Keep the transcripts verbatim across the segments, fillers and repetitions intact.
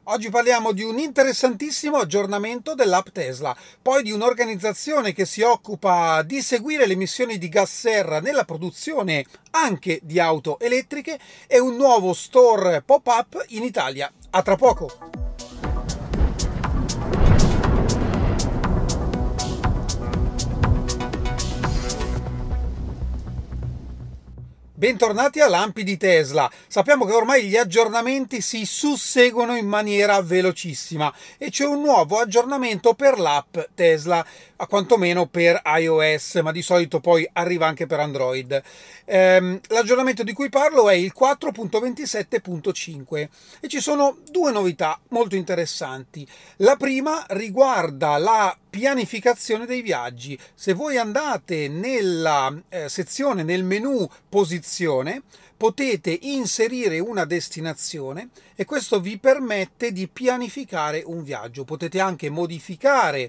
Oggi parliamo di un interessantissimo aggiornamento dell'app Tesla, poi di un'organizzazione che si occupa di seguire le emissioni di gas serra nella produzione anche di auto elettriche e un nuovo store pop-up in Italia. A tra poco! Bentornati a Lampi di Tesla. Sappiamo che ormai gli aggiornamenti si susseguono in maniera velocissima e c'è un nuovo aggiornamento per l'app Tesla, a quantomeno per iOS, ma di solito poi arriva anche per Android. Ehm, l'aggiornamento di cui parlo è il quattro punto ventisette punto cinque e ci sono due novità molto interessanti. La prima riguarda la pianificazione dei viaggi. Se voi andate nella eh, sezione, nel menu posizione, potete inserire una destinazione e questo vi permette di pianificare un viaggio. Potete anche modificare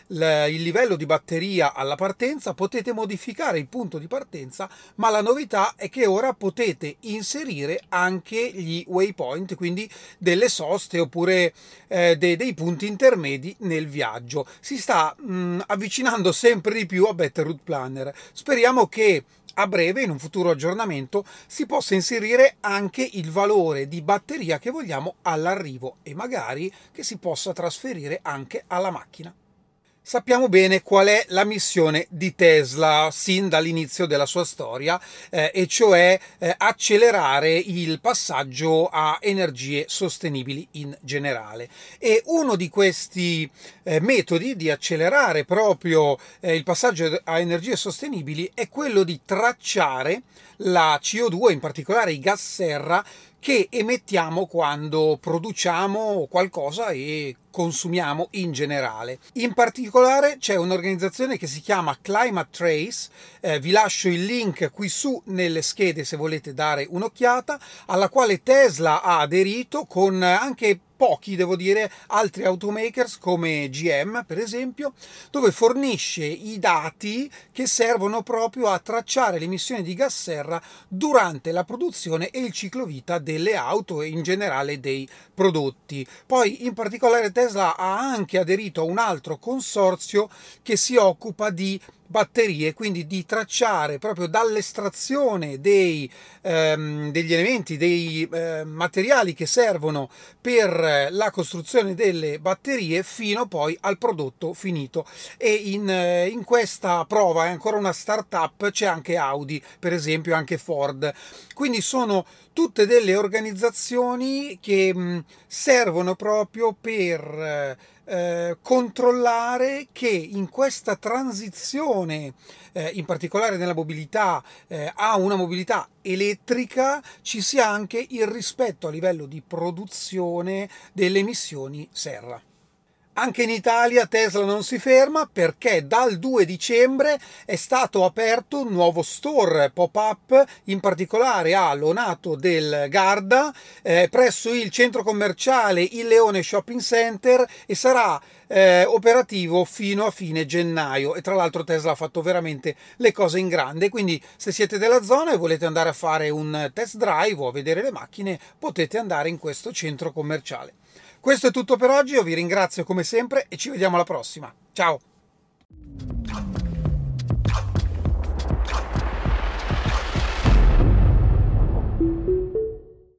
il livello di batteria alla partenza, potete modificare il punto di partenza, ma la novità è che ora potete inserire anche gli waypoint, quindi delle soste oppure eh, dei, dei punti intermedi nel viaggio. Si sta mh, avvicinando sempre di più a Better Route Planner. Speriamo che a breve, in un futuro aggiornamento, si possa inserire anche il valore di batteria che vogliamo all'arrivo e magari che si possa trasferire anche alla macchina. Sappiamo bene qual è la missione di Tesla sin dall'inizio della sua storia, eh, e cioè eh, accelerare il passaggio a energie sostenibili in generale. E uno di questi eh, metodi di accelerare proprio eh, il passaggio a energie sostenibili è quello di tracciare la C O due, in particolare i gas serra, che emettiamo quando produciamo qualcosa e consumiamo in generale. In particolare c'è un'organizzazione che si chiama Climate Trace, eh, vi lascio il link qui su nelle schede se volete dare un'occhiata, alla quale Tesla ha aderito con anche pochi, devo dire, altri automakers come G M per esempio, dove fornisce i dati che servono proprio a tracciare le emissioni di gas serra durante la produzione e il ciclo vita delle auto e in generale dei prodotti. Poi in particolare Tesla ha anche aderito a un altro consorzio che si occupa di batterie, quindi di tracciare proprio dall'estrazione dei, ehm, degli elementi, dei eh, materiali che servono per la costruzione delle batterie fino poi al prodotto finito. E in, eh, in questa prova è ancora una startup, c'è anche Audi, per esempio, anche Ford. Quindi sono tutte delle organizzazioni che mh, servono proprio per Eh, controllare che in questa transizione, eh, in particolare nella mobilità, eh, a una mobilità elettrica, ci sia anche il rispetto a livello di produzione delle emissioni serra. Anche in Italia Tesla non si ferma perché dal due dicembre è stato aperto un nuovo store pop-up, in particolare a Lonato del Garda, eh, presso il centro commerciale Il Leone Shopping Center e sarà eh, operativo fino a fine gennaio. E tra l'altro Tesla ha fatto veramente le cose in grande, quindi se siete della zona e volete andare a fare un test drive o a vedere le macchine, potete andare in questo centro commerciale. Questo è tutto per oggi, io vi ringrazio come sempre e ci vediamo alla prossima. Ciao!